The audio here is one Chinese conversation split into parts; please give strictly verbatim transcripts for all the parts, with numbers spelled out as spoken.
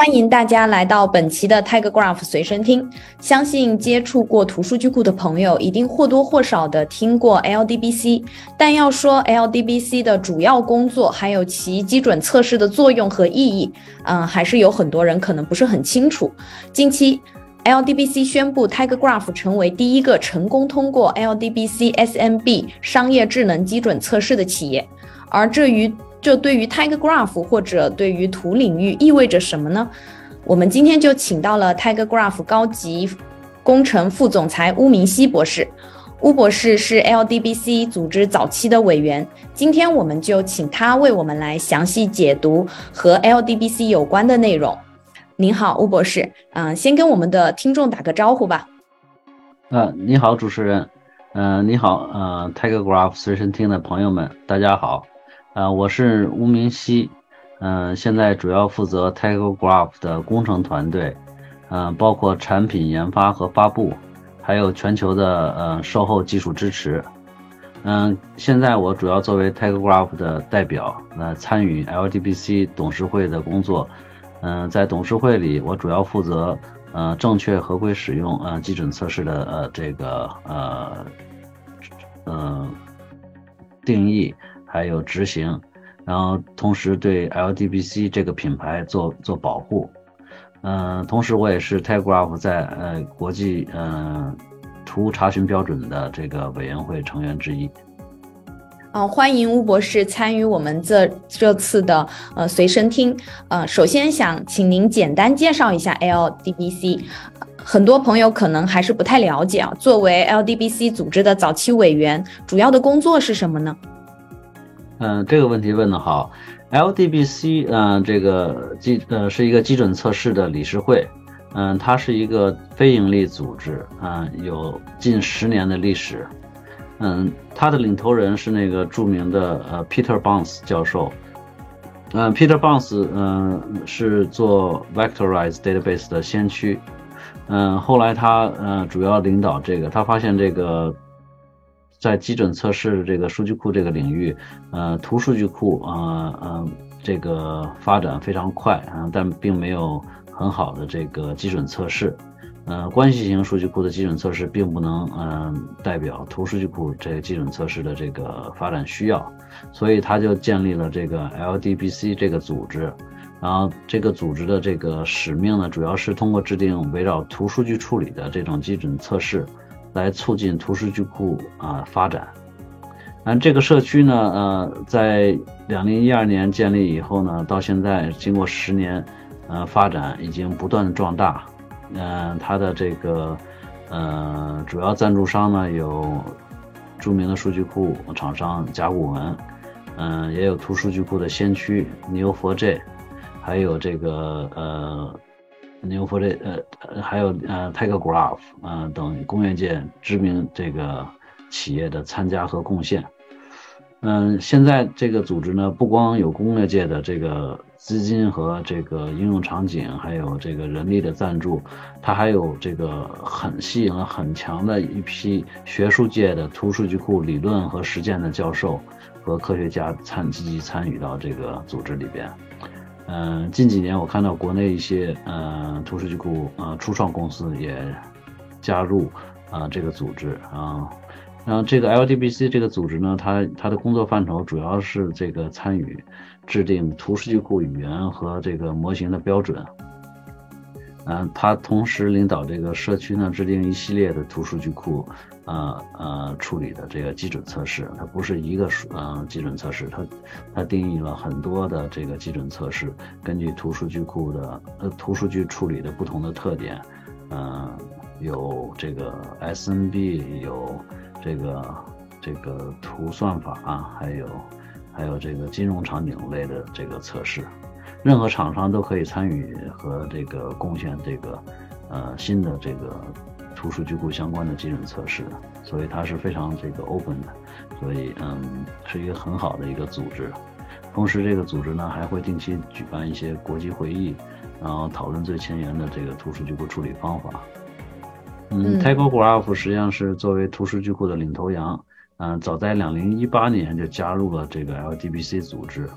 欢迎大家来到本期的 TigerGraph 随身听。相信接触过图数据库的朋友，一定或多或少的听过 L D B C， 但要说 L D B C 的主要工作，还有其基准测试的作用和意义，嗯，还是有很多人可能不是很清楚。近期 L D B C 宣布 TigerGraph 成为第一个成功通过 L D B C S M B 商业智能基准测试的企业，而这与这对于 TigerGraph 或者对于图领域意味着什么呢？我们今天就请到了 TigerGraph 高级工程副总裁邬明熙博士。邬博士是 L D B C 组织早期的委员，今天我们就请他为我们来详细解读和 L D B C 有关的内容。您好，邬博士，嗯，先跟我们的听众打个招呼吧。 呃，你好，主持人。呃，你好，呃 ，TigerGraph 随身听的朋友们，大家好。呃，我是邬明熙，嗯、呃，现在主要负责 TigerGraph 的工程团队，呃，包括产品研发和发布，还有全球的呃售后技术支持。嗯、呃，现在我主要作为 TigerGraph 的代表，呃，参与 L D B C 董事会的工作。嗯、呃，在董事会里，我主要负责呃正确合规使用呃基准测试的呃这个呃呃定义。还有执行，然后同时对 L D B C 这个品牌做做保护。嗯、呃，同时我也是 TigerGraph 在呃国际呃图物查询标准的这个委员会成员之一。 嗯、呃，欢迎邬博士参与我们这这次的呃随身听。呃，首先想请您简单介绍一下 L D B C。很多朋友可能还是不太了解啊。作为 L D B C 组织的早期委员，主要的工作是什么呢？ 嗯，这个问题问得好。L D B C， 嗯、呃，这个基呃是一个基准测试的理事会，嗯、呃，它是一个非营利组织，嗯、呃，有近十年的历史，嗯，它的领头人是那个著名的呃 Peter Barnes 教授，嗯、呃、，Peter Barnes， 嗯、呃，是做 Vectorized Database 的先驱，嗯、呃，后来他呃主要领导这个，他发现这个。在基准测试这个数据库这个领域，呃，图数据库呃呃这个发展非常快啊、呃，但并没有很好的这个基准测试。呃，关系型数据库的基准测试并不能嗯、呃、代表图数据库这个基准测试的这个发展需要，所以他就建立了这个 L D B C 这个组织。然后这个组织的这个使命呢，主要是通过制定围绕图数据处理的这种基准测试。来促进图数据库啊、呃、发展。那这个社区呢，呃，在二零一二年建立以后呢，到现在经过十年，呃，发展已经不断的壮大。嗯、呃，它的这个呃主要赞助商呢有著名的数据库厂商甲骨文，嗯、呃，也有图数据库的先驱 N E O 四 J， 还有这个呃。N E O 四 J 呃还有呃 TigerGraph 呃等工业界知名这个企业的参加和贡献。嗯、呃，现在这个组织呢，不光有工业界的这个资金和这个应用场景，还有这个人力的赞助，它还有这个很吸引了很强的一批学术界的图数据库理论和实践的教授和科学家参积极参与到这个组织里边。嗯、呃，近几年我看到国内一些呃图数据库呃初创公司也加入啊、呃、这个组织啊，然后这个 L D B C 这个组织呢，它它的工作范畴主要是这个参与制定图数据库语言和这个模型的标准，嗯、呃，它同时领导这个社区呢制定一系列的图数据库。呃呃，处理的这个基准测试，它不是一个呃基准测试，它它定义了很多的这个基准测试，根据图数据库的呃图数据处理的不同的特点，呃，有这个 S M B， 有这个这个图算法啊，还有还有这个金融场景类的这个测试，任何厂商都可以参与和这个贡献这个呃新的这个。图数据库相关的基准测试，所以它是非常这个 open 的，所以嗯是一个很好的一个组织。同时这个组织呢还会定期举办一些国际会议，然后讨论最前沿的这个图数据库处理方法。嗯, 嗯 TigerGraph 实际上是作为图数据库的领头羊，嗯、呃，早在二零一八年就加入了这个 L D B C 组织，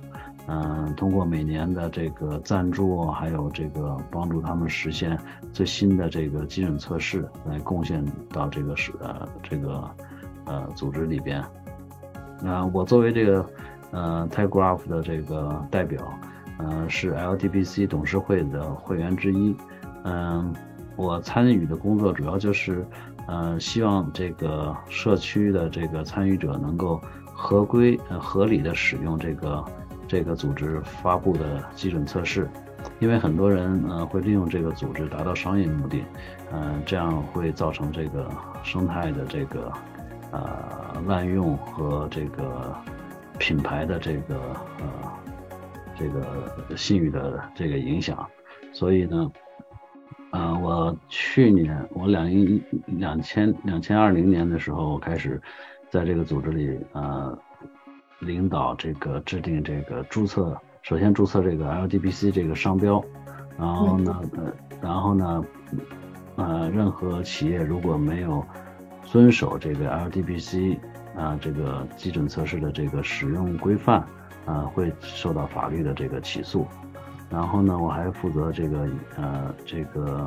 嗯、呃，通过每年的这个赞助，还有这个帮助他们实现最新的这个基准测试，来贡献到这个是呃这个呃组织里边。那、呃、我作为这个呃 Typegraph 的这个代表，呃是 L D B C 董事会的会员之一。嗯、呃，我参与的工作主要就是呃希望这个社区的这个参与者能够合规呃合理的使用这个这个组织发布的基准测试，因为很多人呃会利用这个组织达到商业目的，呃这样会造成这个生态的这个呃滥用和这个品牌的这个呃这个信誉的这个影响。所以呢呃我去年我两一两千两千二零年的时候，我开始在这个组织里呃领导这个制定这个注册，首先注册这个 L D B C 这个商标，然后呢，呃，然后呢，呃，任何企业如果没有遵守这个 L D B C 啊、呃、这个基准测试的这个使用规范啊、呃，会受到法律的这个起诉。然后呢，我还负责这个呃这个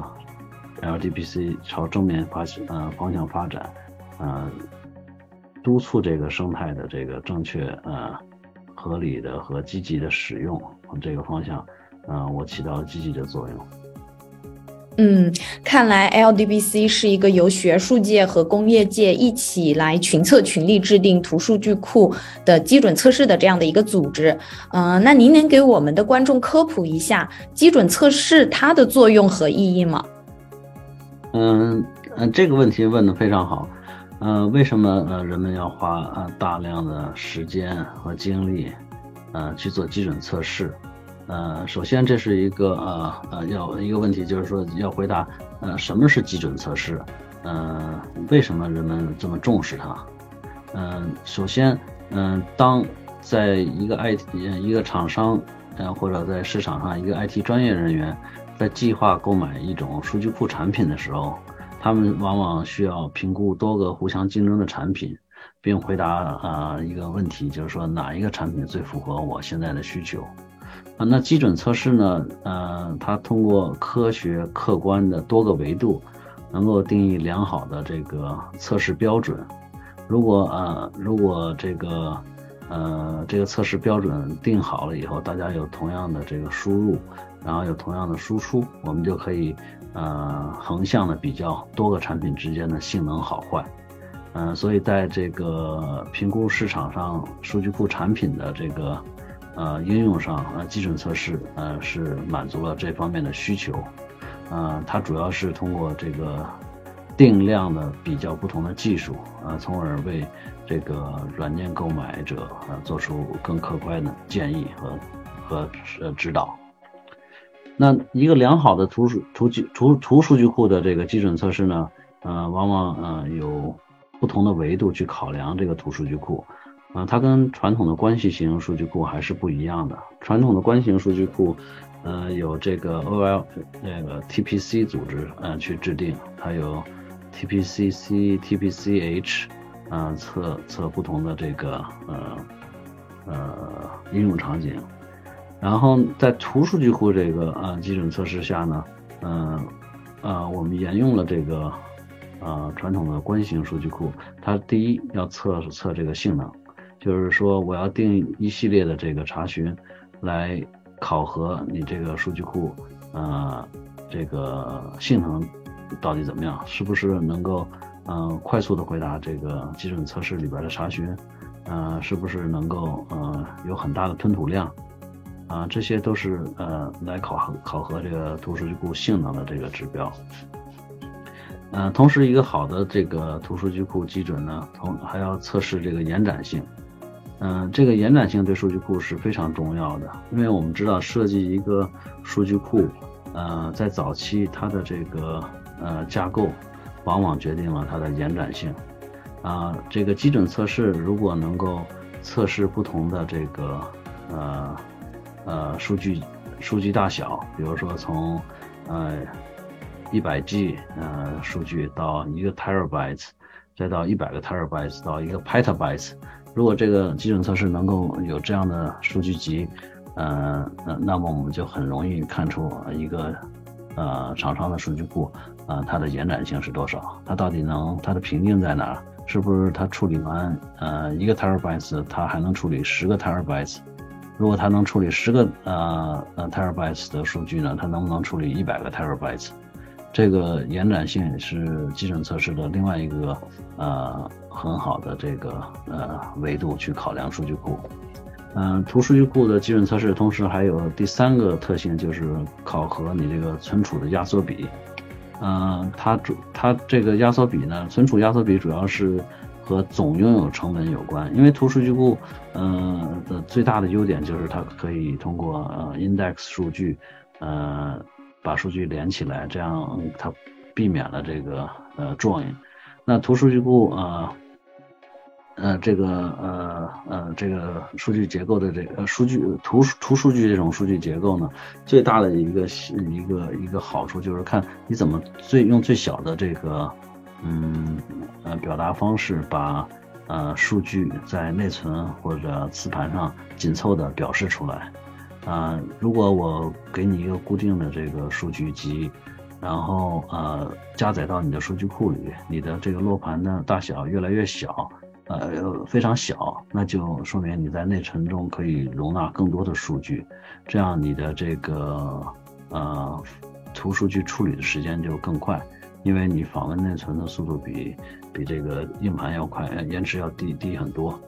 L D B C 朝正面发呃方向发展，呃。督促这个生态的这个正确、呃合理的和积极的使用这个方向，呃，我起到了积极的作用。 嗯，看来 L D B C 是一个由学术界和工业界一起来群策群力制定图数据库的基准测试的这样的一个组织。呃，那您能给我们的观众科普一下基准测试它的作用和意义吗？ 嗯嗯，这个问题问得非常好。呃，为什么呃人们要花呃大量的时间和精力，呃去做基准测试？呃，首先这是一个呃呃要一个问题，就是说要回答呃什么是基准测试？呃，为什么人们这么重视它？嗯、呃，首先，嗯、呃，当在一个 I T 一个厂商，呃或者在市场上一个 I T 专业人员在计划购买一种数据库产品的时候，他们往往需要评估多个互相竞争的产品，并回答啊、呃、一个问题，就是说哪一个产品最符合我现在的需求。啊，那基准测试呢？呃，它通过科学客观的多个维度，能够定义良好的这个测试标准。如果呃如果这个呃这个测试标准定好了以后，大家有同样的这个输入，然后有同样的输出，我们就可以呃横向的比较多个产品之间的性能好坏。嗯、呃，所以在这个评估市场上数据库产品的这个呃应用上，呃基准测试呃是满足了这方面的需求。呃，它主要是通过这个定量的比较不同的技术，呃，从而为这个软件购买者呃做出更客观的建议和和呃指导。那一个良好的图数图图图数据库的这个基准测试呢，呃，往往呃有不同的维度去考量这个图数据库。呃，它跟传统的关系型数据库还是不一样的。传统的关系型数据库，呃，有这个 O L 那个 T P C 组织呃去制定，它有 T P C C、T P C H， 呃，测测不同的这个呃呃应用场景。然后在图数据库这个呃基准测试下呢，呃呃，我们沿用了这个呃传统的关系型数据库，它第一要测测这个性能。就是说我要定一系列的这个查询来考核你这个数据库呃这个性能到底怎么样，是不是能够呃快速的回答这个基准测试里边的查询，呃是不是能够呃有很大的吞吐量啊、呃、这些都是呃来考核考核这个图数据库性能的这个指标。呃同时一个好的这个图数据库基准呢，同还要测试这个延展性。嗯、呃，这个延展性对数据库是非常重要的，因为我们知道设计一个数据库，呃，在早期它的这个呃架构，往往决定了它的延展性。啊、呃，这个基准测试如果能够测试不同的这个呃呃数据数据大小，比如说从呃一百 G 呃数据到一个 terabytes， 再到一百个 terabytes 到一个 petabytes。如果这个基准测试能够有这样的数据集， 呃，那那么我们就很容易看出一个呃厂商的数据库啊、呃，它的延展性是多少，它到底能它的瓶颈在哪儿？是不是它处理完呃一个 terabytes， 它还能处理十个 terabytes？ 如果它能处理十个呃呃 terabytes 的数据呢，它能不能处理一百个 terabytes？ 这个延展性也是基准测试的另外一个呃很好的这个呃维度去考量数据库。嗯、呃，图数据库的基准测试同时还有第三个特性，就是考核你这个存储的压缩比。呃，它主它这个压缩比呢，存储压缩比主要是和总拥有成本有关。因为图数据库，呃的最大的优点就是它可以通过呃 index 数据，呃把数据连起来，这样它避免了这个呃 join。那图数据库呃呃这个呃呃这个数据结构的这个数据图图数据这种数据结构呢，最大的一个一个一个好处就是看你怎么最用最小的这个嗯呃表达方式把呃数据在内存或者磁盘上紧凑的表示出来。啊、呃，如果我给你一个固定的这个数据集，然后呃加载到你的数据库里，你的这个落盘的大小越来越小，呃非常小，那就说明你在内存中可以容纳更多的数据，这样你的这个呃图数据处理的时间就更快，因为你访问内存的速度比比这个硬盘要快，延迟要低低很多。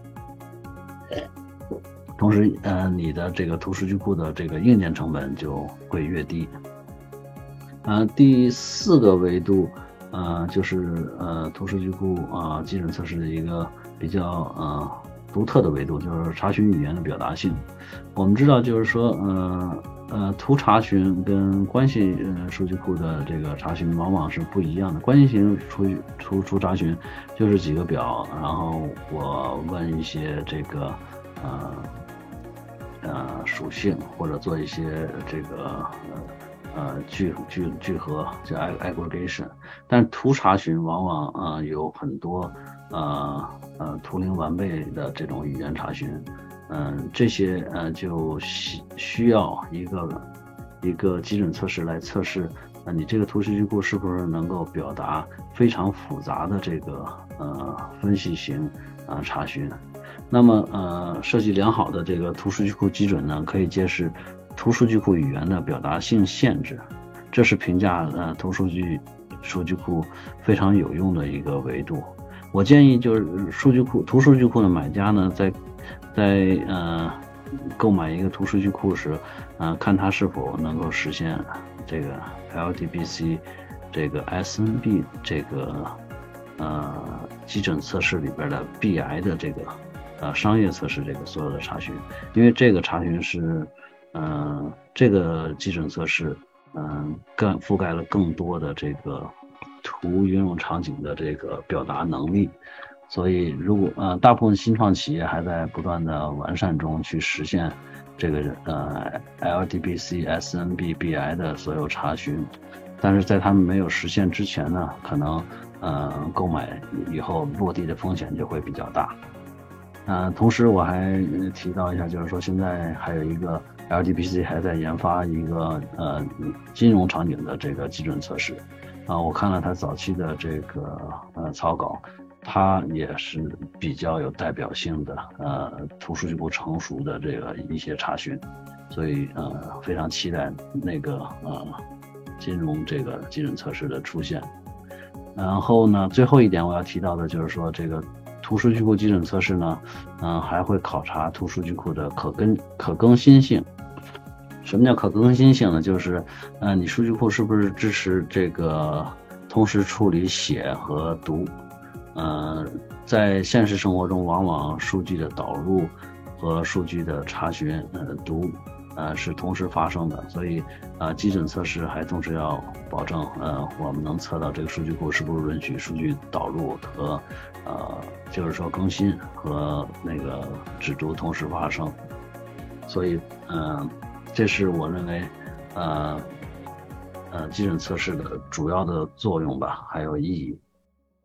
同时，呃，你的这个图数据库的这个硬件成本就会越低。呃，第四个维度，呃，就是呃图数据库啊、呃、基准测试的一个比较呃独特的维度，就是查询语言的表达性。我们知道，就是说，呃呃，图查询跟关系呃数据库的这个查询往往是不一样的。关系型图图图查询就是几个表，然后我问一些这个呃。呃，属性或者做一些这个呃聚聚聚合，叫 aggregation。但图查询往往呃有很多呃呃图灵完备的这种语言查询，嗯、呃，这些呃就需需要一个一个基准测试来测试，呃你这个图数据库是不是能够表达非常复杂的这个呃分析型啊、呃、查询。那么，呃，设计良好的这个图数据库基准呢，可以揭示图数据库语言的表达性限制，这是评价呃图数据数据库非常有用的一个维度。我建议就是数据库图数据库的买家呢，在在呃购买一个图数据库时，呃，看它是否能够实现这个 L D B C 这个 S N B 这个呃基准测试里边的 B I 的这个。呃，商业测试这个所有的查询，因为这个查询是，嗯、呃，这个基准测试，嗯、呃，更覆盖了更多的这个图应用场景的这个表达能力，所以如果呃，大部分新创企业还在不断的完善中去实现这个呃 L D B C、S N B、B I 的所有查询，但是在他们没有实现之前呢，可能呃购买以后落地的风险就会比较大。呃，同时我还提到一下，就是说现在还有一个 L D B C 还在研发一个呃金融场景的这个基准测试，啊、呃，我看了它早期的这个呃草稿，它也是比较有代表性的呃图数据库成熟的这个一些查询，所以呃非常期待那个呃金融这个基准测试的出现。然后呢，最后一点我要提到的就是说这个。图数据库基准测试呢，嗯、呃，还会考察图数据库的可更可更新性。什么叫可更新性呢？就是，呃，你数据库是不是支持这个同时处理写和读？呃，在现实生活中，往往数据的导入和数据的查询、呃读，呃是同时发生的，所以，呃，基准测试还同时要保证，呃，我们能测到这个数据库是不是允许数据导入和。呃，就是说更新和那个只读同时发生，所以，嗯、呃，这是我认为，呃，呃，基准测试的主要的作用吧，还有意义。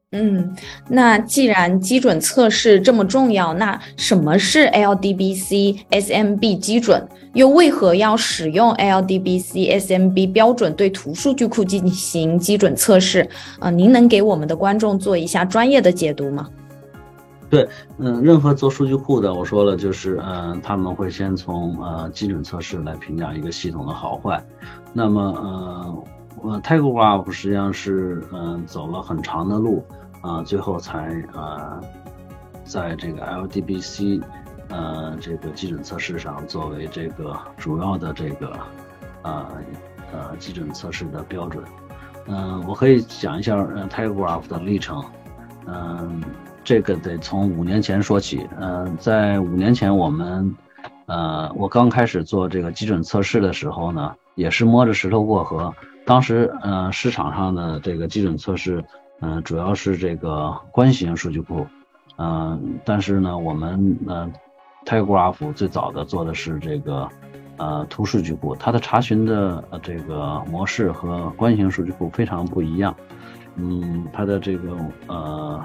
嗯，那既然基准测试这么重要，那什么是 L D B C S M B 基准？又为何要使用 L D B C S M B 标准对图数据库进行基准测试？呃，您能给我们的观众做一下专业的解读吗？ 对，嗯，任何做数据库的，我说了，就是，嗯、呃，他们会先从呃基准测试来评价一个系统的好坏。那么，呃，呃 Typograph 实际上是，嗯、呃，走了很长的路，啊、呃，最后才呃，在这个 L D B C，呃，这个基准测试上作为这个主要的这个，呃呃基准测试的标准。嗯、呃，我可以讲一下呃 Typograph 的历程，嗯、呃。这个得从五年前说起，嗯、呃，在五年前我们，呃，我刚开始做这个基准测试的时候呢，也是摸着石头过河。当时，呃，市场上的这个基准测试，嗯、呃，主要是这个关系型数据库，嗯、呃，但是呢，我们呃 Typograph 最早的做的是这个，呃，图数据库，它的查询的、呃、这个模式和关系型数据库非常不一样，嗯，它的这个呃。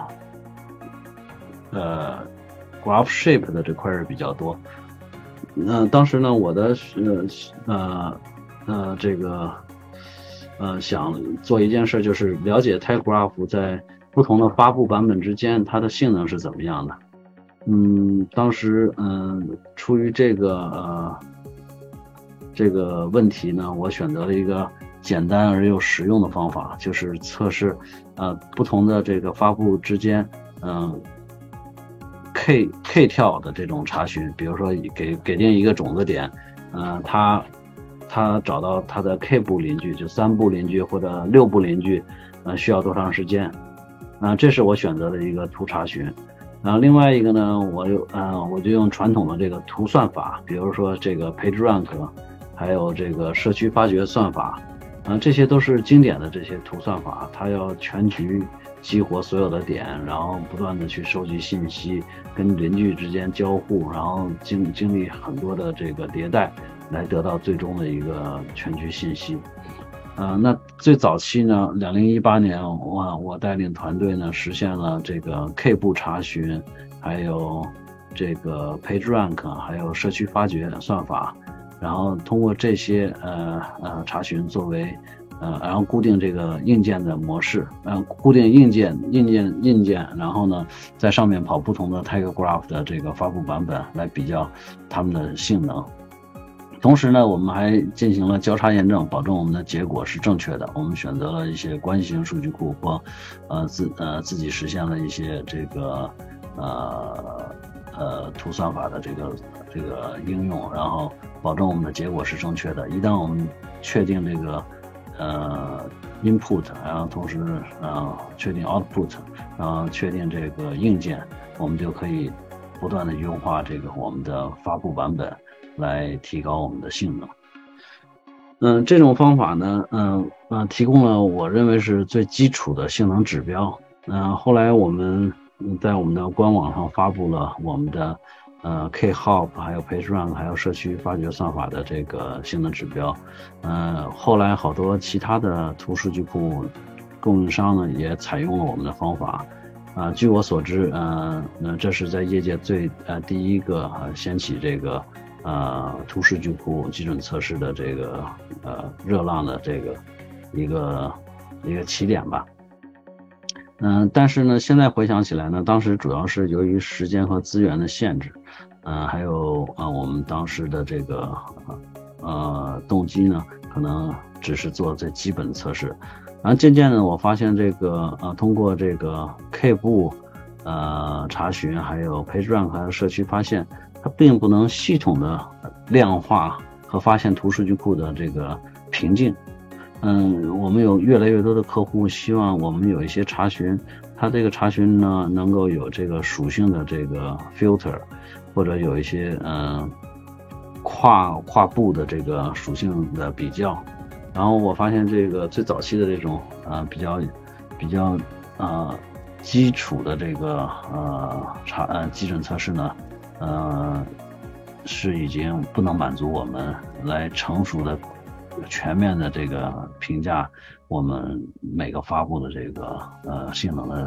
呃 ，graph shape 的这块儿比较多。那、呃、当时呢，我的呃呃呃这个呃想做一件事，就是了解 Typograph 在不同的发布版本之间它的性能是怎么样的。嗯，当时嗯、呃，出于这个呃这个问题呢，我选择了一个简单而又实用的方法，就是测试呃不同的这个发布之间，嗯、呃。K K 跳的这种查询，比如说给给定一个种子点，呃，它它找到它的 K 步邻居，就三步邻居或者六步邻居，呃，需要多长时间？啊、呃，这是我选择的一个图查询。然后另外一个呢，我又呃，我就用传统的这个图算法，比如说这个 PageRank，还有这个社区发掘算法，啊、呃，这些都是经典的这些图算法，它要全局激活所有的点，然后不断的去收集信息，跟邻居之间交互，然后经经历很多的这个迭代，来得到最终的一个全局信息。呃，那最早期呢，二零一八年我我带领团队呢实现了这个 K 步查询，还有这个 PageRank， 还有社区发掘算法，然后通过这些呃呃查询作为。呃，然后固定这个硬件的模式，呃，固定硬件、硬件、硬件，然后呢，在上面跑不同的 Typograph 的这个发布版本来比较它们的性能。同时呢，我们还进行了交叉验证，保证我们的结果是正确的。我们选择了一些关系型数据库或呃自呃自己实现了一些这个呃呃图算法的这个这个应用，然后保证我们的结果是正确的。一旦我们确定这个。呃 ，input， 然后同时呃确定 output， 然后确定这个硬件，我们就可以不断的优化这个我们的发布版本，来提高我们的性能。嗯、呃，这种方法呢，嗯呃, 呃提供了我认为是最基础的性能指标。嗯、呃，后来我们在我们的官网上发布了我们的。呃 ，K-Hop 还有 PageRank 还有社区发掘算法的这个性能指标，呃，后来好多其他的图数据库供应商呢也采用了我们的方法，啊、呃，据我所知，呃，那这是在业界最呃第一个呃掀起这个呃图数据库基准测试的这个呃热浪的这个一个一个起点吧。嗯、呃，但是呢，现在回想起来呢，当时主要是由于时间和资源的限制，嗯、呃，还有啊、呃，我们当时的这个呃动机呢，可能只是做最基本的测试，然后渐渐的我发现这个呃，通过这个 K 步呃查询，还有 PageRank 还有社区发现，它并不能系统的量化和发现图数据库的这个瓶颈。嗯，我们有越来越多的客户希望我们有一些查询，它这个查询呢能够有这个属性的这个 filter， 或者有一些嗯跨跨步的这个属性的比较。然后我发现这个最早期的这种呃比较比较呃基础的这个呃查呃基准测试呢，呃是已经不能满足我们来成熟的。全面的这个评价我们每个发布的这个呃性能的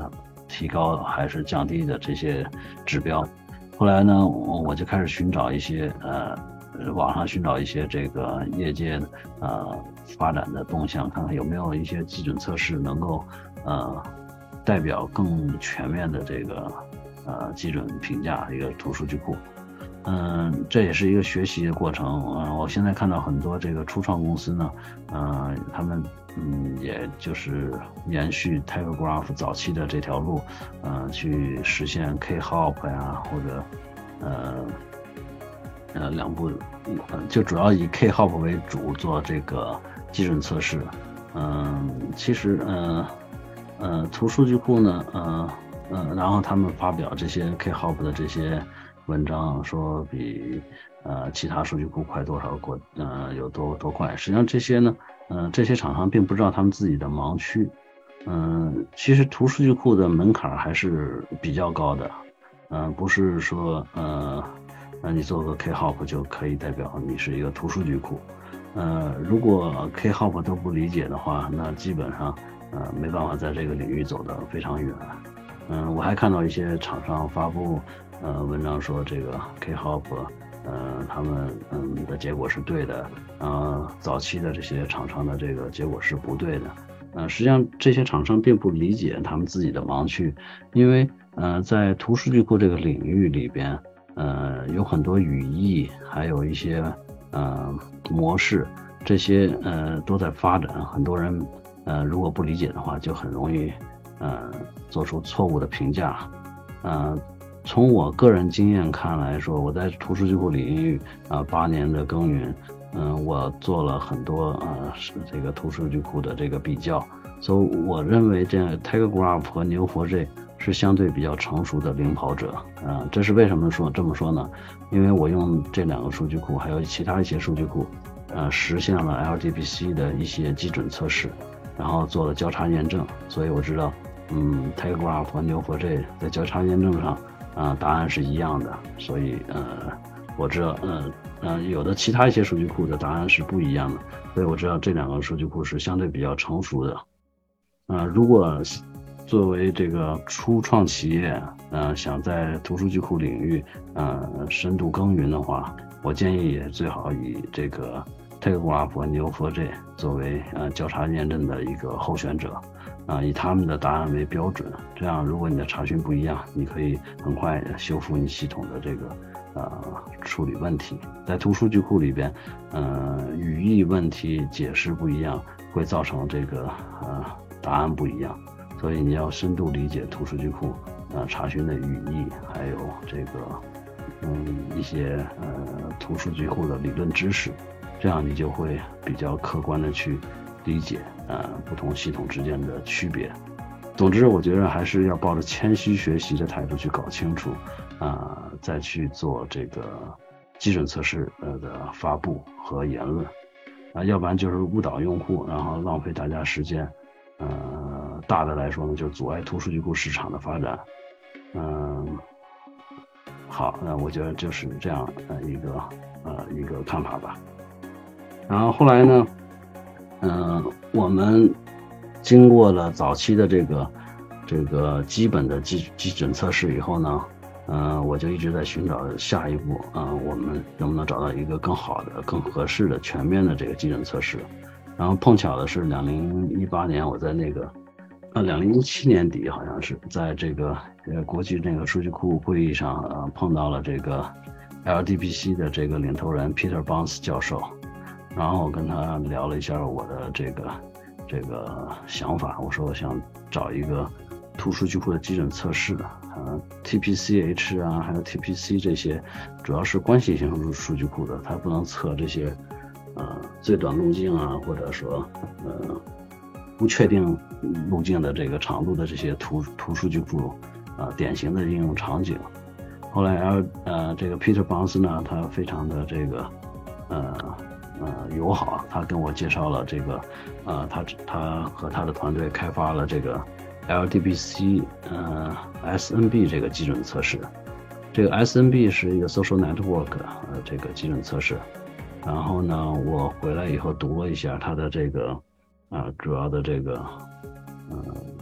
提高还是降低的这些指标。后来呢，我就开始寻找一些呃，网上寻找一些这个业界呃发展的动向，看看有没有一些基准测试能够呃代表更全面的这个呃基准评价的一个图数据库。嗯，这也是一个学习的过程。嗯，我现在看到很多这个初创公司呢，呃，他们嗯，也就是延续 TigerGraph 早期的这条路，呃，去实现 K-hop 呀，或者呃呃两步，呃，就主要以 K-hop 为主做这个基准测试。嗯，其实呃呃图数据库呢，呃呃，然后他们发表这些 K-hop 的这些文章，说比呃其他数据库快多少过呃有多多快。实际上这些呢，呃这些厂商并不知道他们自己的盲区。嗯、呃，其实图数据库的门槛还是比较高的，嗯、呃，不是说呃那你做个 K-hop 就可以代表你是一个图数据库。呃，如果 K-hop 都不理解的话，那基本上呃没办法在这个领域走得非常远。嗯、呃，我还看到一些厂商发布呃文章说这个 K-hop 呃他们嗯的结果是对的，呃早期的这些厂商的这个结果是不对的。呃，实际上这些厂商并不理解他们自己的盲区，因为呃在图数据库这个领域里边，呃有很多语义，还有一些呃模式，这些呃都在发展。很多人呃如果不理解的话，就很容易呃做出错误的评价。呃，从我个人经验看来说，我在图数据库领域啊、呃、八年的耕耘。嗯，我做了很多呃这个图数据库的这个比较，所以我认为这 TigerGraph 和 N E O 四 j 是相对比较成熟的领跑者。啊、呃，这是为什么说这么说呢？因为我用这两个数据库还有其他一些数据库，呃，实现了 L D B C 的一些基准测试，然后做了交叉验证，所以我知道，嗯 TigerGraph 和 N E O 四 j 在交叉验证上啊、呃、答案是一样的，所以呃我知道，嗯、呃。呃，有的其他一些数据库的答案是不一样的，所以我知道这两个数据库是相对比较成熟的。呃，如果作为这个初创企业，呃，想在图数据库领域呃深度耕耘的话，我建议也最好以这个 TigerGraph 和 N E O 四 j 作为呃交叉验证的一个候选者，啊、呃，以他们的答案为标准，这样如果你的查询不一样，你可以很快修复你系统的这个。呃，处理问题，在图数据库里边，呃，语义问题解释不一样，会造成这个呃答案不一样，所以你要深度理解图数据库呃查询的语义，还有这个嗯一些呃图数据库的理论知识，这样你就会比较客观的去理解呃不同系统之间的区别。总之，我觉得还是要抱着谦虚学习的态度去搞清楚，啊、呃，再去做这个基准测试呃的发布和言论，啊、呃，要不然就是误导用户，然后浪费大家时间。呃，大的来说呢，就阻碍图数据库市场的发展。嗯、呃，好，那我觉得就是这样呃一个呃一个看法吧。然后后来呢，嗯、呃，我们。经过了早期的这个这个基本的基基准测试以后呢，呃，我就一直在寻找下一步啊、呃，我们能不能找到一个更好的、更合适的、全面的这个基准测试。然后碰巧的是，两零一八年我在那个呃两零一七年底好像是在这个呃国际那个数据库会议上呃碰到了这个 L D B C 的这个领头人 Peter Bounce 教授，然后我跟他聊了一下我的这个。这个想法，我说我想找一个图数据库的基准测试，呃 T P C H 啊，还有 T P C 这些，主要是关系型数据库的，它不能测这些呃最短路径啊，或者说呃不确定路径的这个长度的这些图图数据库啊、呃、典型的应用场景。后来呃这个 Peter Bounce 呢，他非常的这个呃。呃，友好，他跟我介绍了这个，呃，他他和他的团队开发了这个 L D B C 呃 S N B 这个基准测试。这个 S N B 是一个 social network 呃这个基准测试。然后呢，我回来以后读了一下它的这个呃主要的这个呃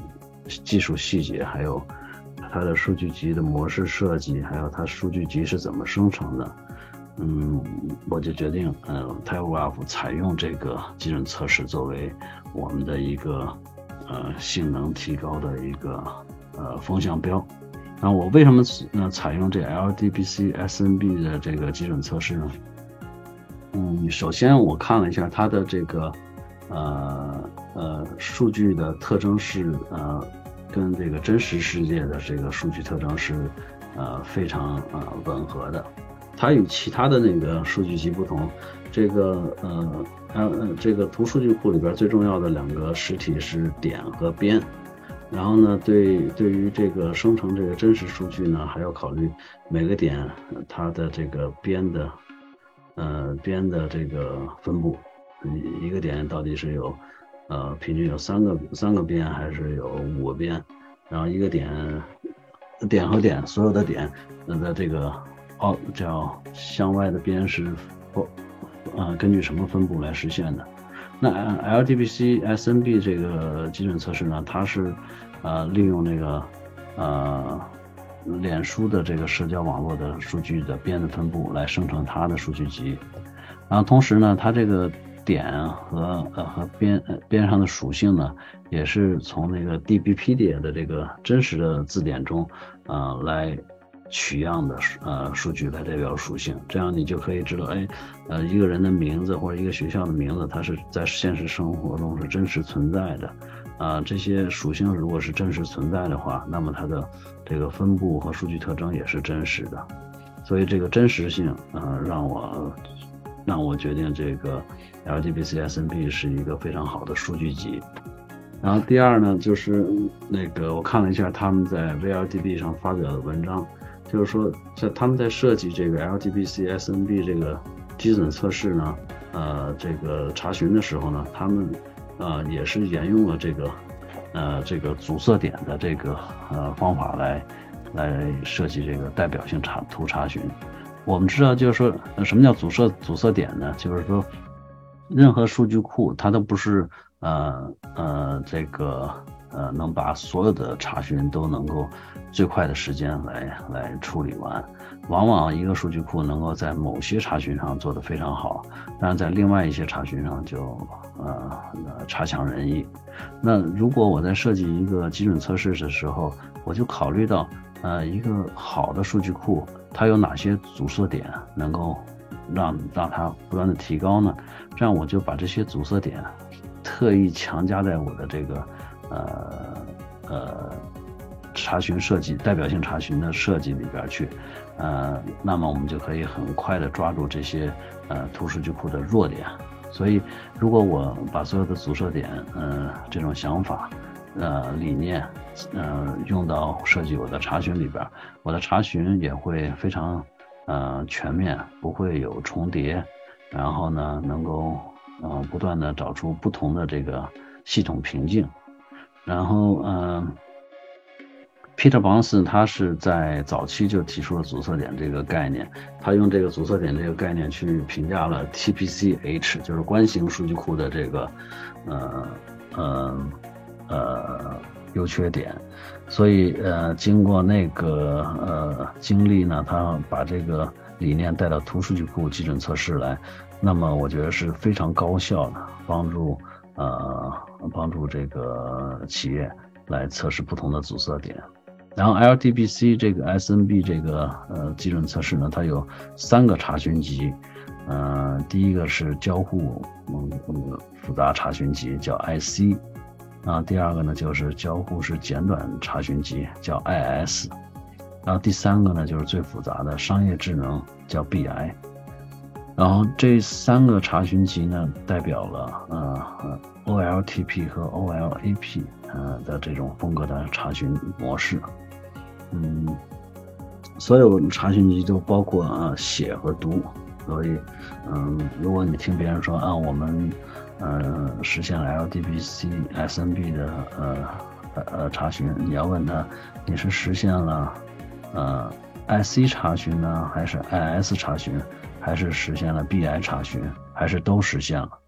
技术细节，还有它的数据集的模式设计，还有它数据集是怎么生成的，嗯，我就决定，嗯 TigerGraph 采用这个基准测试作为我们的一个呃性能提高的一个呃风向标。那我为什么呃采用这 L D B C S N B 的这个基准测试呢？嗯，首先我看了一下它的这个呃呃数据的特征是呃跟这个真实世界的这个数据特征是呃非常呃吻合的。它与其他的那个数据集不同，这个呃呃这个图数据库里边最重要的两个实体是点和边。然后呢，对对于这个生成这个真实数据呢，还要考虑每个点它的这个边的呃边的这个分布，一个点到底是有呃平均有三个三个边还是有五个边，然后一个点点和点所有的点的这个哦叫向外的边是呃根据什么分布来实现的。那 L D B C S N B 这个基准测试呢，它是呃利用那个呃脸书的这个社交网络的数据的边的分布来生成它的数据集，然后同时呢，它这个点和呃和边呃边上的属性呢，也是从那个 DBpedia 的这个真实的字典中呃来取样的呃数据来代表属性，这样你就可以知道，哎，呃一个人的名字或者一个学校的名字，它是在现实生活中是真实存在的，啊、呃，这些属性如果是真实存在的话，那么它的这个分布和数据特征也是真实的，所以这个真实性，呃，让我让我决定这个 L D B C S N B 是一个非常好的数据集。然后第二呢，就是那个我看了一下他们在 V L D B 上发表的文章。就是说，在他们在设计这个 L D B C S N B 这个基准测试呢，呃，这个查询的时候呢，他们呃也是沿用了这个呃这个阻塞点的这个呃方法来来设计这个代表性查图查询。我们知道，就是说，什么叫阻塞阻塞点呢？就是说，任何数据库它都不是呃呃这个呃能把所有的查询都能够最快的时间来来处理完，往往一个数据库能够在某些查询上做得非常好，但是在另外一些查询上就呃差强人意。那如果我在设计一个基准测试的时候，我就考虑到呃一个好的数据库它有哪些阻塞点能够让让它不断的提高呢？这样我就把这些阻塞点特意强加在我的这个呃呃查询设计代表性查询的设计里边去，呃，那么我们就可以很快的抓住这些呃图数据库的弱点。所以，如果我把所有的阻塞点，呃，这种想法，呃，理念，呃，用到设计我的查询里边，我的查询也会非常呃全面，不会有重叠，然后呢，能够呃不断的找出不同的这个系统瓶颈，然后呃。Peter Barnes 他是在早期就提出了阻塞点这个概念，他用这个阻塞点这个概念去评价了 T P C H， 就是关系数据库的这个呃呃呃优缺点，所以呃经过那个呃经历呢，他把这个理念带到图数据库基准测试来，那么我觉得是非常高效的，帮助呃帮助这个企业来测试不同的阻塞点。然后 L D B C 这个 S N B 这个呃基准测试呢，它有三个查询集，呃，第一个是交互嗯嗯复杂查询集，叫 I C， 啊，第二个呢就是交互式简短查询集，叫 I S， 然后第三个呢就是最复杂的商业智能，叫 B I。然后这三个查询集呢，代表了呃 O L T P 和 O L A P 呃的这种风格的查询模式。嗯，所有查询集都包括呃写和读，所以嗯，如果你听别人说啊，我们呃实现了 L D B C S N B 的呃呃查询，你要问他你是实现了呃 I C 查询呢，还是 I S 查询，还是实现了 B I 查询，还是都实现了？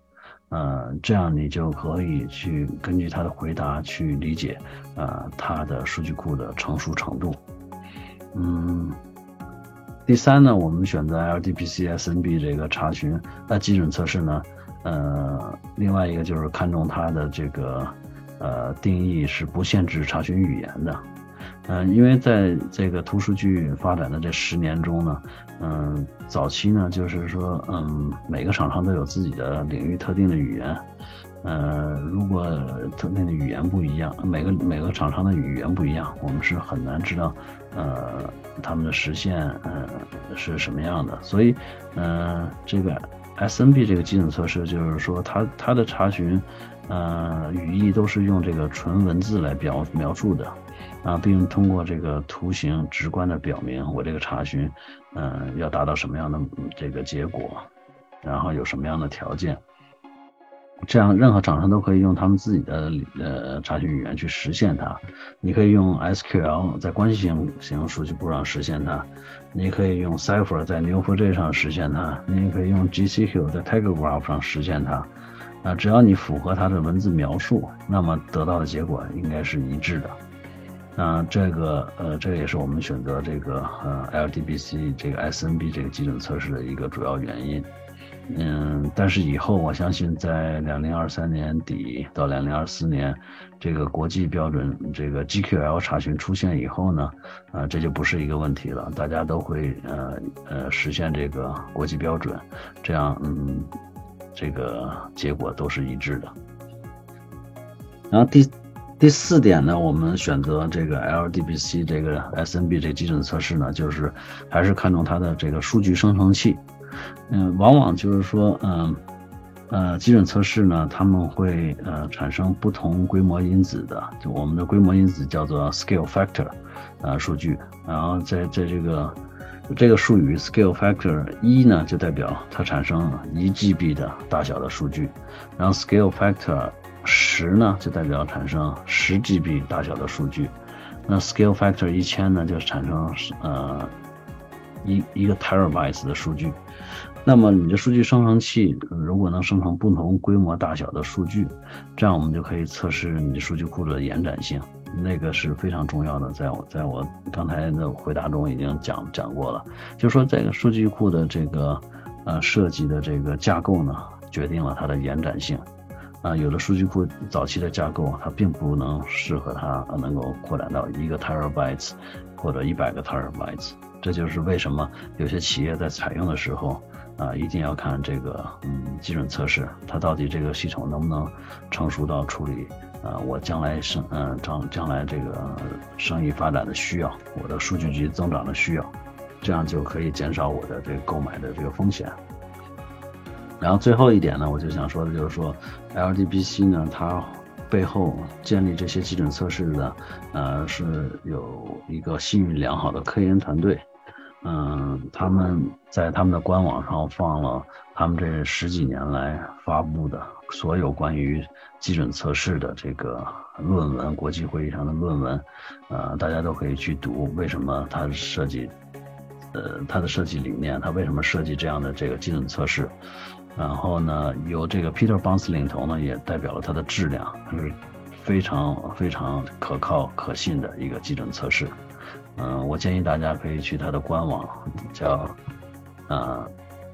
呃，这样你就可以去根据他的回答去理解，呃，他的数据库的成熟程度。嗯，第三呢，我们选择 L D B C S N B 这个查询呃基准测试呢，呃，另外一个就是看重它的这个呃定义是不限制查询语言的。嗯、呃，因为在这个图数据发展的这十年中呢，嗯、呃，早期呢就是说，嗯，每个厂商都有自己的领域特定的语言，呃，如果特定的语言不一样，每个每个厂商的语言不一样，我们是很难知道，呃，他们的实现呃是什么样的。所以，呃，这个 S N B 这个基准测试就是说它它的查询，呃，语义都是用这个纯文字来表描述的。啊，并通过这个图形直观的表明我这个查询，嗯、呃，要达到什么样的这个结果，然后有什么样的条件，这样任何厂商都可以用他们自己的呃查询语言去实现它。你可以用 S Q L 在关系型型数据库上实现它，你可以用 Cipher 在 N E W 四 J 上实现它，你也可以用 G C Q 在 Tiger Graph 上实现它。啊，只要你符合它的文字描述，那么得到的结果应该是一致的。那这个呃，这也是我们选择这个呃 L D B C 这个 S N B 这个基准测试的一个主要原因。嗯，但是以后我相信在二零二三年底到二零二四年，这个国际标准这个 G Q L 查询出现以后呢，呃，这就不是一个问题了，大家都会呃呃实现这个国际标准，这样嗯，这个结果都是一致的。然后第。第四点呢，我们选择这个 L D B C 这个 S N B 这个基准测试呢，就是还是看重它的这个数据生成器。嗯，往往就是说，嗯，呃，基准测试呢，他们会呃产生不同规模因子的，就我们的规模因子叫做 scale factor， 呃，数据。然后在在这个这个术语 scale factor 一呢，就代表它产生一 G B 的大小的数据，然后 scale factor十呢，就代表产生十 G B 大小的数据，那 scale factor 一千呢，就产生呃一一个 terabytes 的数据。那么你的数据生成器如果能生成不同规模大小的数据，这样我们就可以测试你数据库的延展性，那个是非常重要的，在我在我刚才的回答中已经讲讲过了，就是说这个数据库的这个呃设计的这个架构呢，决定了它的延展性。啊，有的数据库早期的架构，它并不能适合它能够扩展到一个 terabytes 或者一百个 terabytes。这就是为什么有些企业在采用的时候，啊，一定要看这个嗯基准测试，它到底这个系统能不能成熟到处理啊我将来生嗯将将来这个生意发展的需要，我的数据集增长的需要，这样就可以减少我的这个购买的这个风险。然后最后一点呢，我就想说的就是说 L D B C 呢，它背后建立这些基准测试的呃是有一个信誉良好的科研团队。嗯，他们在他们的官网上放了他们这十几年来发布的所有关于基准测试的这个论文，国际会议上的论文，呃，大家都可以去读为什么它设计，呃，它的设计理念，它为什么设计这样的这个基准测试。然后呢，由这个 Peter Bounce 领头呢，也代表了它的质量，它是非常非常可靠可信的一个基准测试。嗯、呃，我建议大家可以去它的官网，叫呃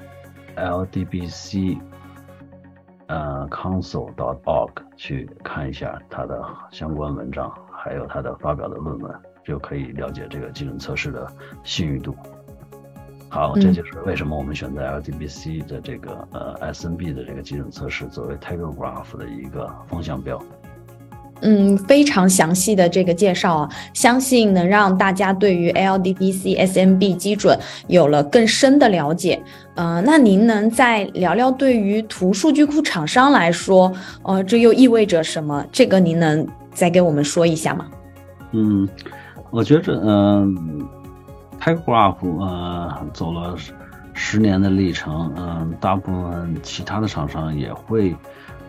L D B C 呃 council dot org 去看一下它的相关文章，还有它的发表的论文，就可以了解这个基准测试的信誉度。好，这就是为什么我们选择 L D B C 的这个呃 S N B 的这个基准测试作为 Tiger Graph 的一个风向标。 嗯，非常详细的这个介绍啊，相信能让大家对于 L D B C S N B 基准有了更深的了解。呃，那您能再聊聊对于图数据库厂商来说，呃，这又意味着什么？这个您能再给我们说一下吗？ 嗯，我觉着，嗯、呃、，Tiger Graph 呃走了十年的历程，嗯、呃，大部分其他的厂商也会。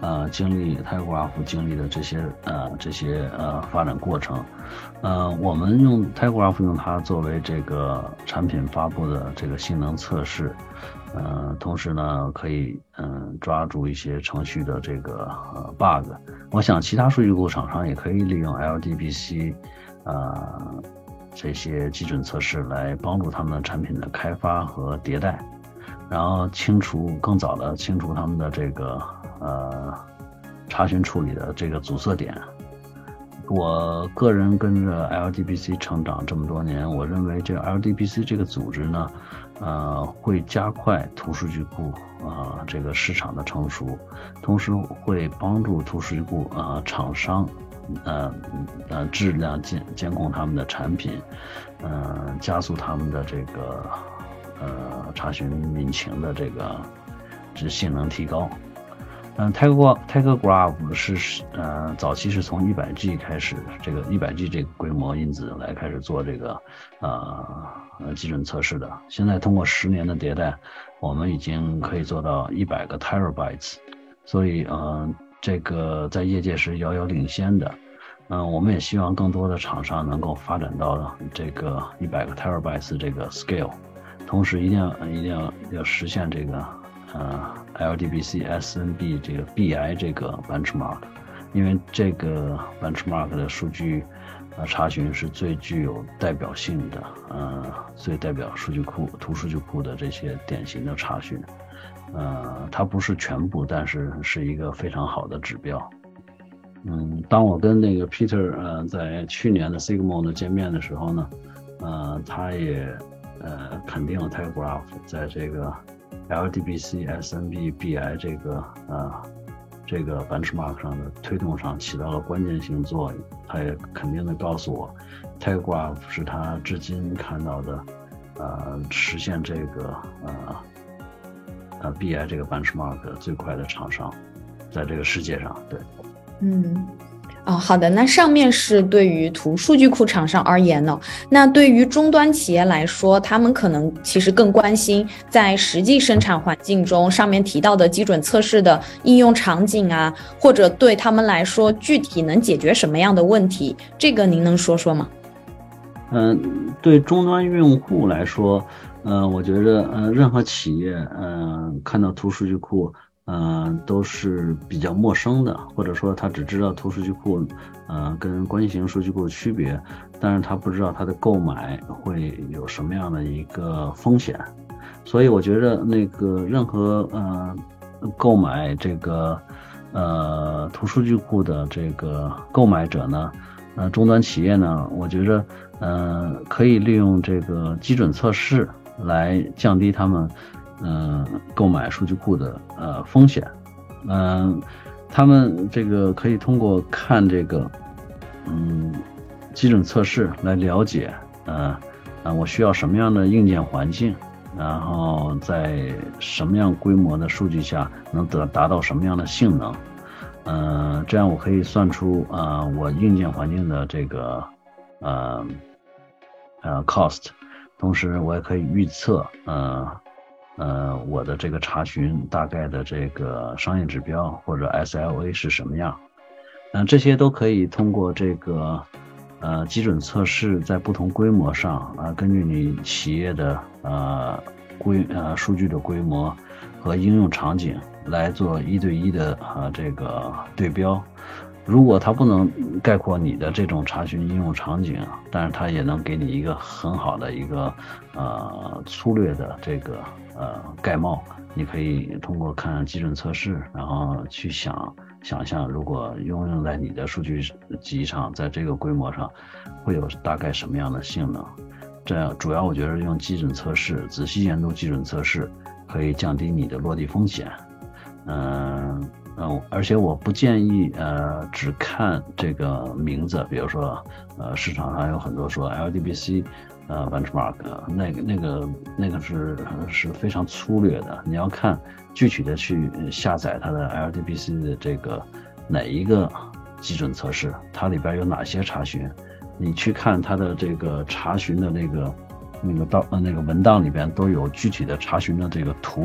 呃经历 TigerGraph 经历的这些呃这些呃发展过程，呃我们用 TigerGraph 用它作为这个产品发布的这个性能测试，呃同时呢可以嗯、呃、抓住一些程序的这个呃 bug。我想其他数据库厂商也可以利用 L D B C 呃这些基准测试来帮助他们的产品的开发和迭代，然后清除更早的清除他们的这个呃查询处理的这个阻塞点。我个人跟着 L D B C 成长这么多年，我认为这个 L D B C 这个组织呢，呃，会加快图数据库啊、呃、这个市场的成熟，同时会帮助图数据库啊、呃、厂商呃呃质量监监控他们的产品，呃加速他们的这个呃查询引擎的这个这性能提高。嗯 ，Tiger TigerGraph 是呃早期是从 一百G 开始，这个 一百G 这个规模因子来开始做这个呃呃基准测试的。现在通过十年的迭代，我们已经可以做到一百个 terabytes， 所以呃这个在业界是遥遥领先的。嗯、呃，我们也希望更多的厂商能够发展到这个一百个 terabytes 这个 scale， 同时一定要一定要要实现这个。呃 L D B C S N B 这个 B I 这个 benchmark， 因为这个 benchmark 的数据呃查询是最具有代表性的，呃最代表数据库图数据库的这些典型的查询，呃它不是全部，但是是一个非常好的指标。嗯，当我跟那个 Peter 呃在去年的 Sigmund 的见面的时候呢，呃他也呃肯定了 TigerGraph 在这个L D B C S N B B I 这个呃这个 benchmark 上的推动上起到了关键性作用。他也肯定的告诉我 TigerGraph 是他至今看到的呃实现这个呃呃 B I 这个 benchmark 最快的厂商，在这个世界上。对， 嗯。哦，好的。那上面是对于图数据库厂商而言呢，那对于终端企业来说，他们可能其实更关心在实际生产环境中上面提到的基准测试的应用场景啊，或者对他们来说具体能解决什么样的问题，这个您能说说吗？ 嗯、呃，对终端用户来说，呃，我觉得呃任何企业呃看到图数据库嗯、呃，都是比较陌生的，或者说他只知道图数据库，呃，跟关系型数据库的区别，但是他不知道它的购买会有什么样的一个风险，所以我觉得那个任何呃购买这个呃图数据库的这个购买者呢，呃终端企业呢，我觉得呃可以利用这个基准测试来降低他们。嗯、呃，购买数据库的呃风险，嗯、呃，他们这个可以通过看这个嗯基准测试来了解，呃呃我需要什么样的硬件环境，然后在什么样规模的数据下能得达到什么样的性能，呃，这样我可以算出啊、呃、我硬件环境的这个呃呃 cost， 同时我也可以预测呃。呃，我的这个查询大概的这个商业指标或者 S L A 是什么样？嗯、呃，这些都可以通过这个呃基准测试，在不同规模上啊、呃，根据你企业的呃规呃数据的规模和应用场景来做一对一的啊、呃、这个对标。如果它不能概括你的这种查询应用场景，但是它也能给你一个很好的一个呃粗略的这个呃概貌。你可以通过看基准测试，然后去想想象，如果应用在你的数据集上，在这个规模上，会有大概什么样的性能？这样主要我觉得用基准测试，仔细研读基准测试，可以降低你的落地风险。嗯、呃。嗯，而且我不建议呃只看这个名字，比如说呃市场上有很多说 L D B C 呃 benchmark， 那个那个那个是是非常粗略的，你要看具体的去下载它的 L D B C 的这个哪一个基准测试，它里边有哪些查询，你去看它的这个查询的那个那个到呃那个文档里边都有具体的查询的这个图。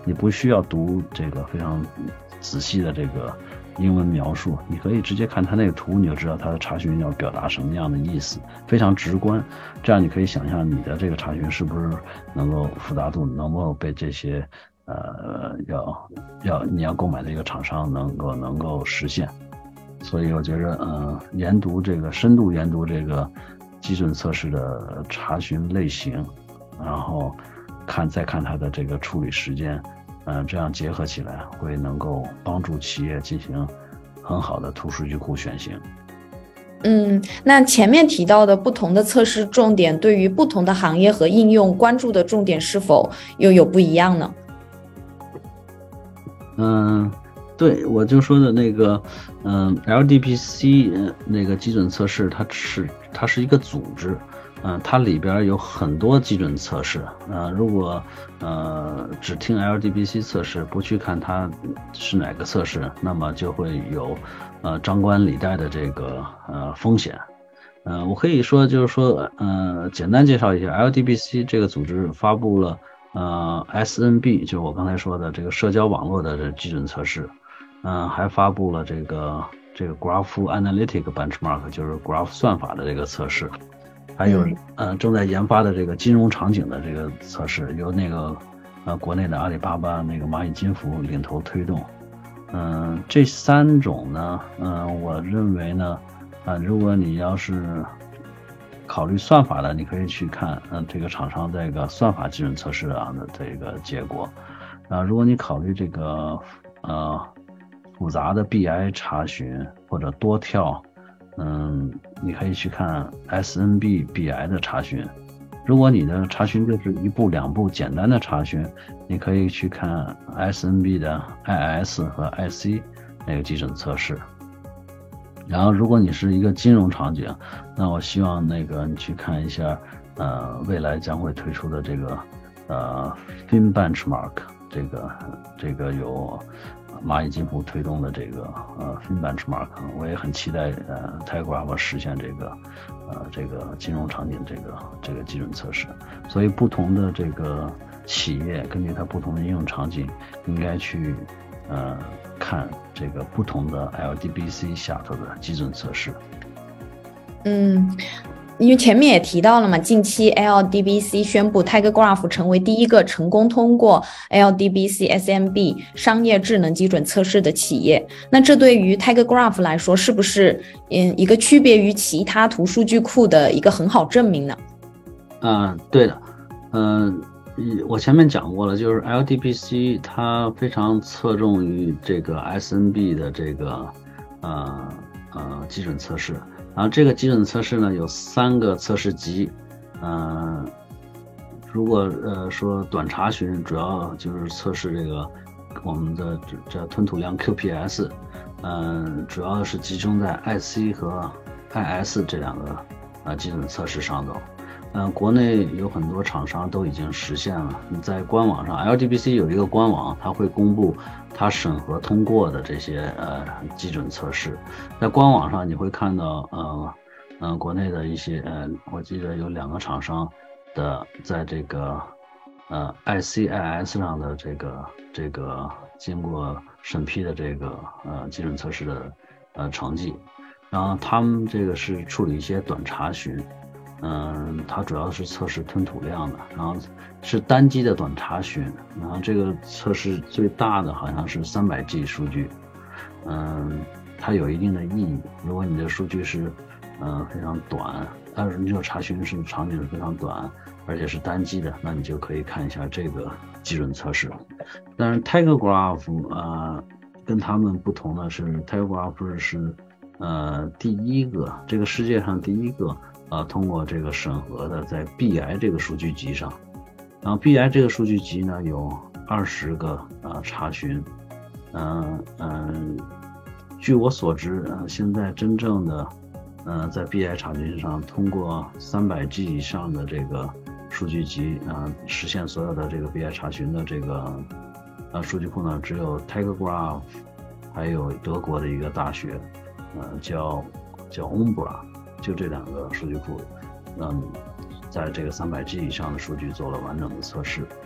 你不需要读这个非常仔细的这个英文描述，你可以直接看它那个图，你就知道它的查询要表达什么样的意思，非常直观。这样你可以想象你的这个查询是不是能够复杂度能够被这些呃要要你要购买的一个厂商能够能够实现。所以我觉得呃研读这个深度研读这个基准测试的查询类型，然后看再看它的这个处理时间，嗯、呃，这样结合起来会能够帮助企业进行很好的图数据库选型。 嗯，那前面提到的不同的测试重点，对于不同的行业和应用关注的重点是否又有不一样呢？ 嗯，对，我就说的那个，嗯 ，L D B C 那个基准测试，它是它是一个组织。嗯，它里边有很多基准测试。呃，如果呃只听 L D B C 测试，不去看它是哪个测试，那么就会有呃张冠李戴的这个呃风险。呃，我可以说就是说，呃，简单介绍一下 L D B C 这个组织发布了呃 S N B， 就是我刚才说的这个社交网络的这基准测试，嗯、呃，还发布了这个这个 Graph Analytic Benchmark， 就是 Graph 算法的这个测试。还有呃正在研发的这个金融场景的这个测试，由那个呃国内的阿里巴巴那个蚂蚁金服领头推动。嗯、呃，这三种呢，嗯、呃，我认为呢，啊、呃，如果你要是考虑算法的，你可以去看嗯、呃、这个厂商这个算法基准测试啊的这个结果。啊、呃，如果你考虑这个呃复杂的 B I 查询或者多跳。嗯，你可以去看 S N B B I 的查询。如果你的查询就是一步两步简单的查询，你可以去看 S N B 的 I S 和 I C 那个基准测试。然后，如果你是一个金融场景，那我希望那个你去看一下，呃，未来将会推出的这个呃 Fin Benchmark， 这个这个有蚂蚁金服推动的这个呃 Fin Benchmark， 我也很期待呃 Telegraph 实现这个呃这个金融场景这个这个基准测试。所以不同的这个企业根据它不同的应用场景，应该去呃看这个不同的 L D B C 下头的基准测试。 嗯。因为前面也提到了嘛，近期 L D B C 宣布 Tigergraph 成为第一个成功通过 L D B C S M B 商业智能基准测试的企业。那这对于 Tigergraph 来说，是不是嗯一个区别于其他图数据库的一个很好证明呢？ 嗯，对的。嗯，我前面讲过了，就是 L D B C 它非常侧重于这个 S N B 的这个呃呃基准测试。然后这个基准测试呢有三个测试级，嗯、呃，如果呃说短查询，主要就是测试这个我们的这这吞吐量 Q P S， 嗯、呃，主要是集中在 I C 和 I S 这两个呃基准测试上头。嗯、呃，国内有很多厂商都已经实现了。你在官网上 ，L D B C 有一个官网，它会公布它审核通过的这些呃基准测试。在官网上你会看到呃嗯、呃、国内的一些呃，我记得有两个厂商的在这个呃 I C I S 上的这个这个经过审批的这个呃基准测试的呃成绩，然后他们这个是处理一些短查询。嗯，它主要是测试吞吐量的，然后是单机的短查询，然后这个测试最大的好像是三百 G 数据，嗯，它有一定的意义。如果你的数据是嗯非常短，但是你这个查询是场景是非常短，而且是单机的，那你就可以看一下这个基准测试。但是 Tigergraph 呃跟他们不同的是 ，Tigergraph 是呃第一个，这个世界上第一个。呃，通过这个审核的，在 B I 这个数据集上，然后 B I 这个数据集呢有二十个呃查询，嗯、呃、嗯、呃，据我所知，呃，现在真正的呃在 B I 查询上通过三百 G 以上的这个数据集啊、呃，实现所有的这个 B I 查询的这个呃数据库呢，只有 Tigergraph， 还有德国的一个大学，呃，叫叫 Umbra。就这两个数据库，嗯，在这个三百 G 以上的数据做了完整的测试。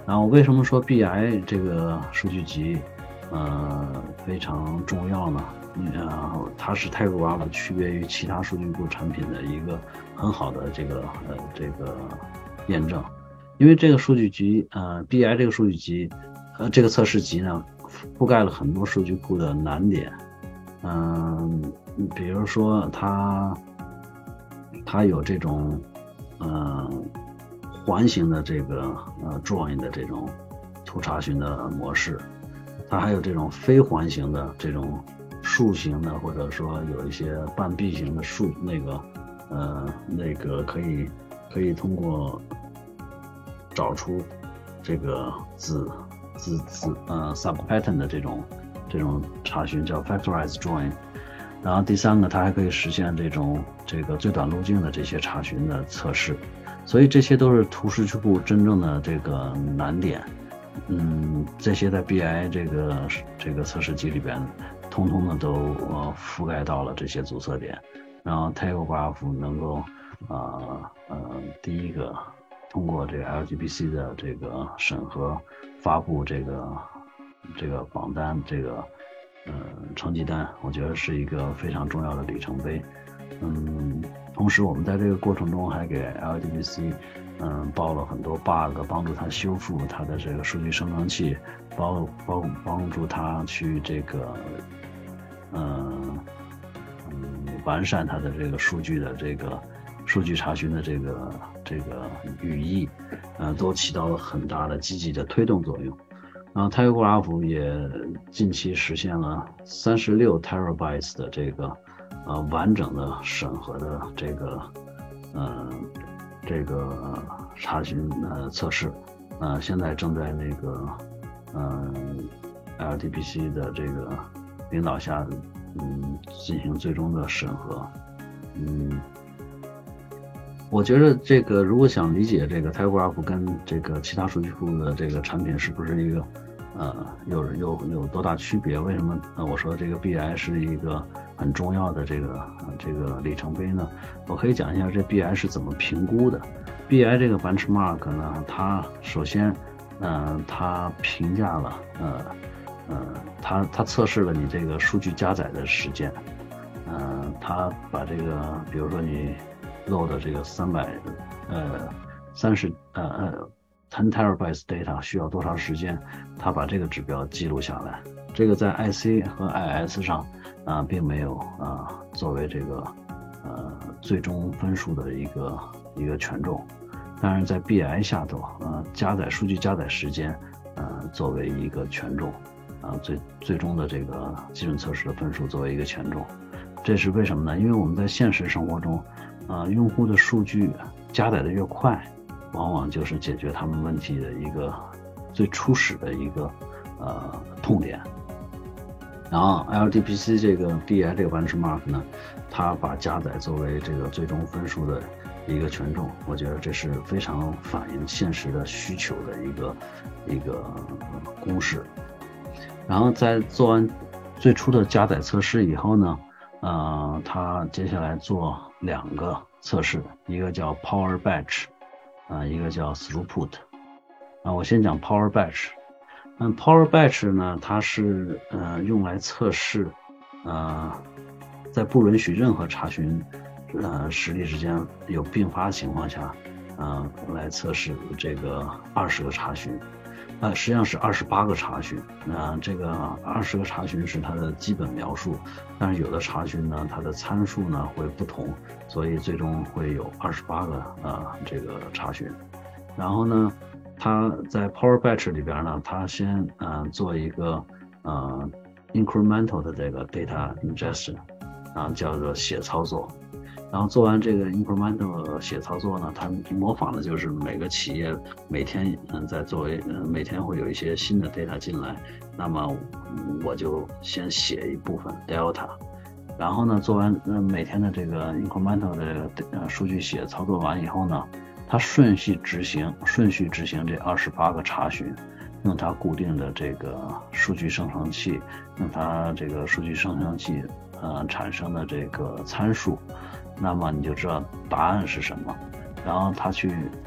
然后为什么说 B I 这个数据集呃非常重要呢？呃，它是 TigerGraph 区别于其他数据库产品的一个很好的这个呃这个验证，因为这个数据集呃 B I 这个数据集呃这个测试集呢覆盖了很多数据库的难点，嗯、呃，比如说它它有这种呃环形的这个呃 join 的这种图查询的模式，它还有这种非环形的这种竖形的，或者说有一些半闭形的竖那个呃那个可以可以通过找出这个子子子呃 subpattern 的这种这种查询叫 factorized join。然后第三个，它还可以实现这种这个最短路径的这些查询的测试，所以这些都是图数据库真正的这个难点。嗯，这些在 B I 这个这个测试集里边，通通的都呃覆盖到了这些阻塞点。然后 TigerGraph 能够呃呃第一个通过这个 L D B C 的这个审核，发布这个这个榜单这个呃成绩单，我觉得是一个非常重要的里程碑。嗯，同时我们在这个过程中还给 L D B C 嗯报了很多 bug， 帮助它修复它的这个数据生成器，帮帮帮助它去这个嗯嗯完善它的这个数据的这个数据查询的这个这个语义，呃都起到了很大的积极的推动作用。然后 TigerGraph 也近期实现了三十六 terabytes 的这个呃完整的审核的这个呃这个查询呃测试，呃现在正在那个嗯、呃、L D B C 的这个领导下，嗯进行最终的审核。嗯，我觉得这个如果想理解这个 TigerGraph 跟这个其他数据库的这个产品是不是一个呃有有有多大区别？为什么呃我说这个 B I 是一个很重要的这个、呃、这个里程碑呢？我可以讲一下这 B I 是怎么评估的。B I 这个 benchmark 呢，它首先呃它评价了呃呃它它测试了你这个数据加载的时间，呃它把这个比如说你load 这个三百呃三十呃呃ten terabytes data 需要多长时间，它把这个指标记录下来。这个在 I C 和 I S 上啊、呃、并没有啊、呃、作为这个呃最终分数的一个一个权重，当然在 B I 下头呃加载数据加载时间呃作为一个权重啊、呃、最最终的这个基准测试的分数作为一个权重。这是为什么呢？因为我们在现实生活中啊、呃、用户的数据加载的越快，往往就是解决他们问题的一个最初始的一个呃痛点。然后 L D B C 这个 B I 这个 benchmark 呢，它把加载作为这个最终分数的一个权重，我觉得这是非常反映现实的需求的一个一个公式。然后在做完最初的加载测试以后呢，呃，它接下来做两个测试，一个叫 Power Batch， 啊、呃，一个叫 Throughput。啊，我先讲 Power Batch。嗯 ，Power Batch 呢，它是呃用来测试，呃，在不允许任何查询，呃实例之间有并发情况下，呃，来测试这个二十个查询。呃，实际上是二十八个查询。那、呃、这个二十个查询是它的基本描述，但是有的查询呢，它的参数呢会不同，所以最终会有二十八个呃这个查询。然后呢，它在 Power Batch 里边呢，它先呃做一个呃 incremental 的这个 data ingestion， 啊、呃、叫做写操作。然后做完这个 incremental 写操作呢，它模仿的就是每个企业每天嗯在作为嗯每天会有一些新的 data 进来，那么我就先写一部分 delta， 然后呢做完嗯每天的这个 incremental 的呃数据写操作完以后呢，它顺序执行顺序执行这二十八个查询，用它固定的这个数据生成器，用它这个数据生成器呃产生的这个参数。那么你就知道答案是什么，然后他去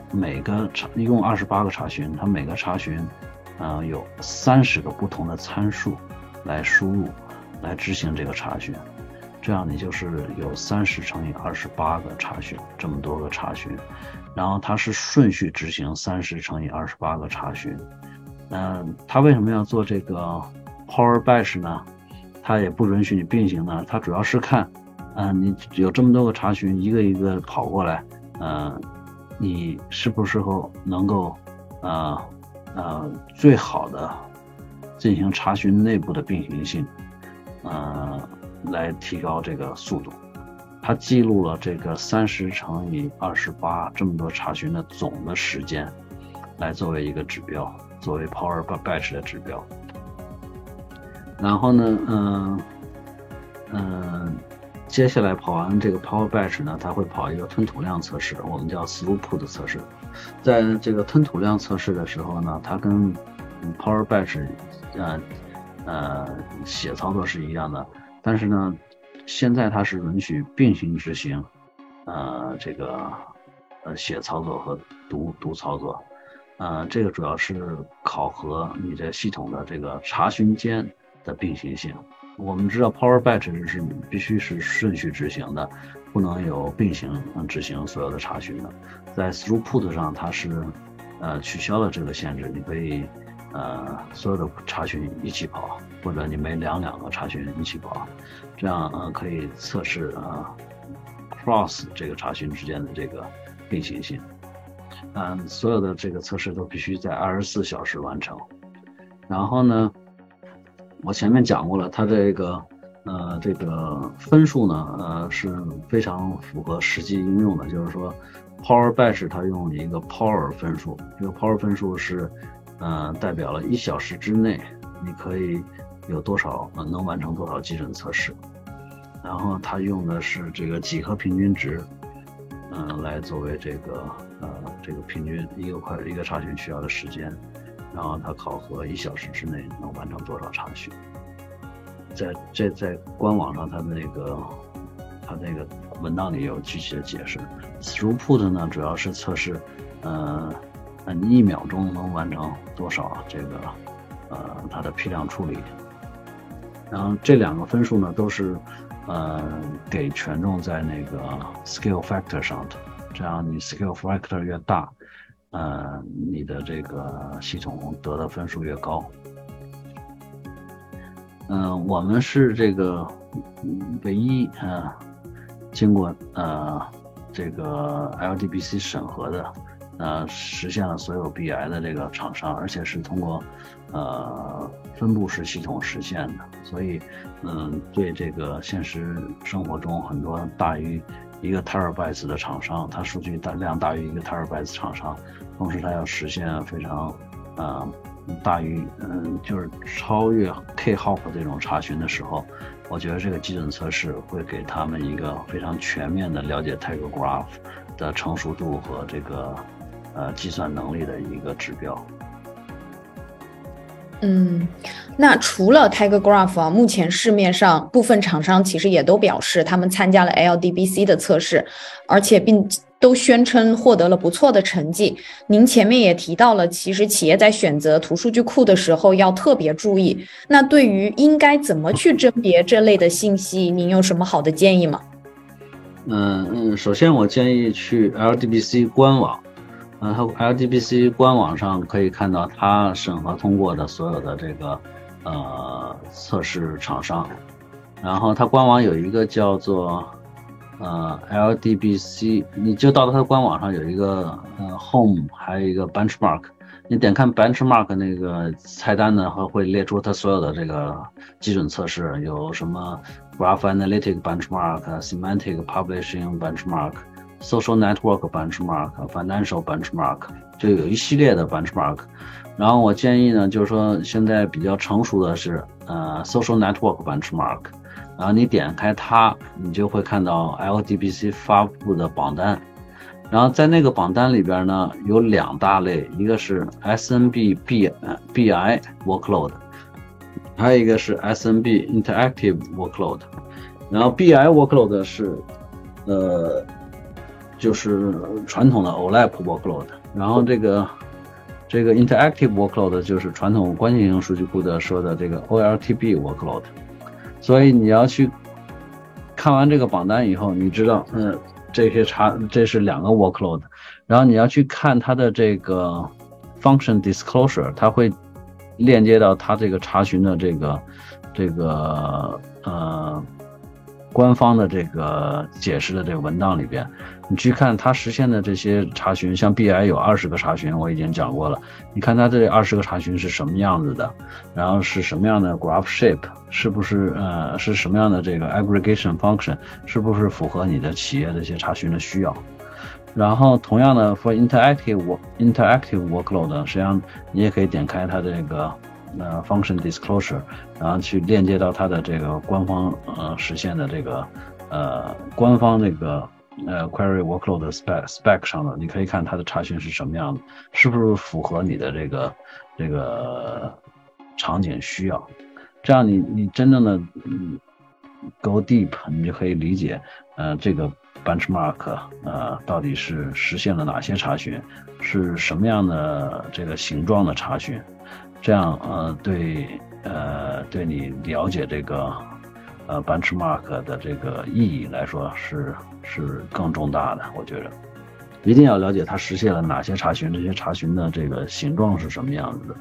每个查一共二十八个查询，它每个查询，呃，有三十个不同的参数来输入，来执行这个查询。这样你就是有三十乘以二十八个查询，这么多个查询，然后它是顺序执行三十乘以二十八个查询。嗯、呃，它为什么要做这个 Power Batch 呢？它也不允许你并行呢，它主要是看，嗯、呃，你有这么多个查询，一个一个跑过来，呃，你是不是够能够，呃呃，最好的进行查询内部的并行性，呃。来提高这个速度，它记录了这个三十乘以二十八这么多查询的总的时间，来作为一个指标，作为 Power Batch 的指标。然后呢，嗯嗯，接下来跑完这个 Power Batch 呢，它会跑一个吞吐量测试，我们叫 Throughput 测试。在这个吞吐量测试的时候呢，它跟 Power Batch 呃呃写操作是一样的。但是呢，现在它是允许并行执行，呃，这个呃写操作和读读操作，呃，这个主要是考核你的系统的这个查询间的并行性。我们知道 Power Batch 是必须是顺序执行的，不能有并行执行所有的查询的。在 Throughput 上，它是呃取消了这个限制，你可以呃所有的查询一起跑。或者你每两两个查询一起跑，这样呃可以测试啊、呃、cross 这个查询之间的这个并行性。嗯，所有的这个测试都必须在二十四小时完成。然后呢，我前面讲过了，它这个呃这个分数呢呃是非常符合实际应用的，就是说 Power Batch 它用了一个 Power 分数，这个 Power 分数是呃代表了一小时之内你可以有多少能完成多少基准测试，然后它用的是这个几何平均值，嗯、呃，来作为这个呃这个平均一个快一个查询需要的时间，然后它考核一小时之内能完成多少查询。在这在官网上它的那个它那个文档里有具体的解释。Throughput 呢主要是测试，呃，你一秒钟能完成多少这个呃它的批量处理。然后这两个分数呢，都是呃给权重在那个 scale factor 上的，这样你 scale factor 越大，呃，你的这个系统得的分数越高。嗯、呃，我们是这个唯一呃经过呃这个 L D B C 审核的，呃，实现了所有 B I 的这个厂商，而且是通过呃分布式系统实现的，所以嗯，对这个现实生活中很多大于一个 terabytes 的厂商，它数据大量大于一个 terabytes 厂商，同时它要实现非常呃大于嗯就是超越 K hop 这种查询的时候，我觉得这个基准测试会给他们一个非常全面的了解 Tiger Graph 的成熟度和这个呃计算能力的一个指标。 嗯，那除了 Tiger Graph 啊，目前市面上部分厂商其实也都表示他们参加了 L D B C 的测试，而且并都宣称获得了不错的成绩。您前面也提到了，其实企业在选择图数据库的时候要特别注意。那对于应该怎么去甄别这类的信息，您有什么好的建议吗？ 嗯嗯，首先我建议去 L D B C 官网。呃，它 L D B C 官网上可以看到它审核通过的所有的这个呃测试厂商，然后它官网有一个叫做呃 L D B C， 你就到它的官网上有一个呃 Home， 还有一个 Benchmark， 你点看 Benchmark 那个菜单呢，会列出它所有的这个基准测试，有什么 Graph Analytic Benchmark、Semantic Publishing Benchmark。Social Network Benchmark、Financial Benchmark， 就有一系列的 benchmark。然后我建议呢，就是说现在比较成熟的是呃 Social Network Benchmark， 然后你点开它，你就会看到 L D B C 发布的榜单。然后在那个榜单里边呢，有两大类，一个是 S N B B B I workload， 还有一个是 S N B Interactive workload。然后 B I workload 是呃就是传统的 O L A P workload， 然后这个这个 interactive workload 就是传统关系型数据库的说的这个 O L T B workload。所以你要去看完这个榜单以后，你知道，嗯，这些查这是两个 workload， 然后你要去看它的这个 function disclosure， 它会链接到它这个查询的这个这个呃官方的这个解释的这个文档里边，你去看它实现的这些查询，像 B I 有二十个查询，我已经讲过了。你看它这二十个查询是什么样子的，然后是什么样的 graph shape， 是不是呃是什么样的这个 aggregation function， 是不是符合你的企业的一些查询的需要。然后同样的 for interactive work interactive workload， 实际上你也可以点开它这个呃 function disclosure， 然后去链接到它的这个官方呃实现的这个呃官方这个呃 query workload 的 spec spec 上的，你可以看它的查询是什么样的，是不是符合你的这个这个场景需要。这样你你真正的嗯 go deep， 你就可以理解呃这个 benchmark 呃到底是实现了哪些查询，是什么样的这个形状的查询。这样呃对呃对你了解这个呃 benchmark 的这个意义来说是是更重大的。我觉得一定要了解它实现了哪些查询，这些查询的这个形状是什么样子的。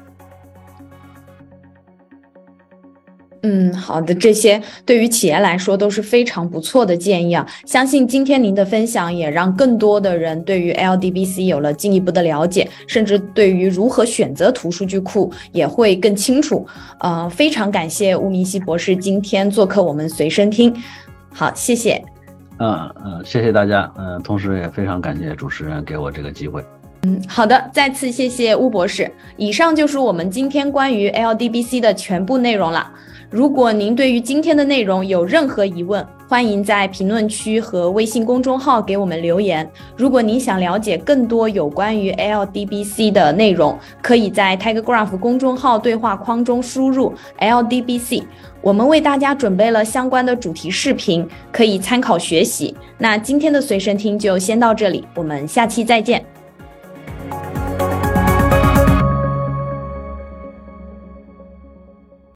嗯，好的，这些对于企业来说都是非常不错的建议啊！相信今天您的分享也让更多的人对于 L D B C 有了进一步的了解，甚至对于如何选择图数据库也会更清楚。呃，非常感谢吴明熙博士今天做客我们随身听，好，谢谢。 嗯嗯，谢谢大家，嗯，同时也非常感谢主持人给我这个机会。 嗯，好的，再次谢谢邬博士。以上就是我们今天关于 L D B C 的全部内容了。如果您对于今天的内容有任何疑问，欢迎在评论区和微信公众号给我们留言。如果您想了解更多有关于 L D B C 的内容，可以在 TigerGraph 公众号对话框中输入 L D B C， 我们为大家准备了相关的主题视频，可以参考学习。那今天的随身听就先到这里，我们下期再见。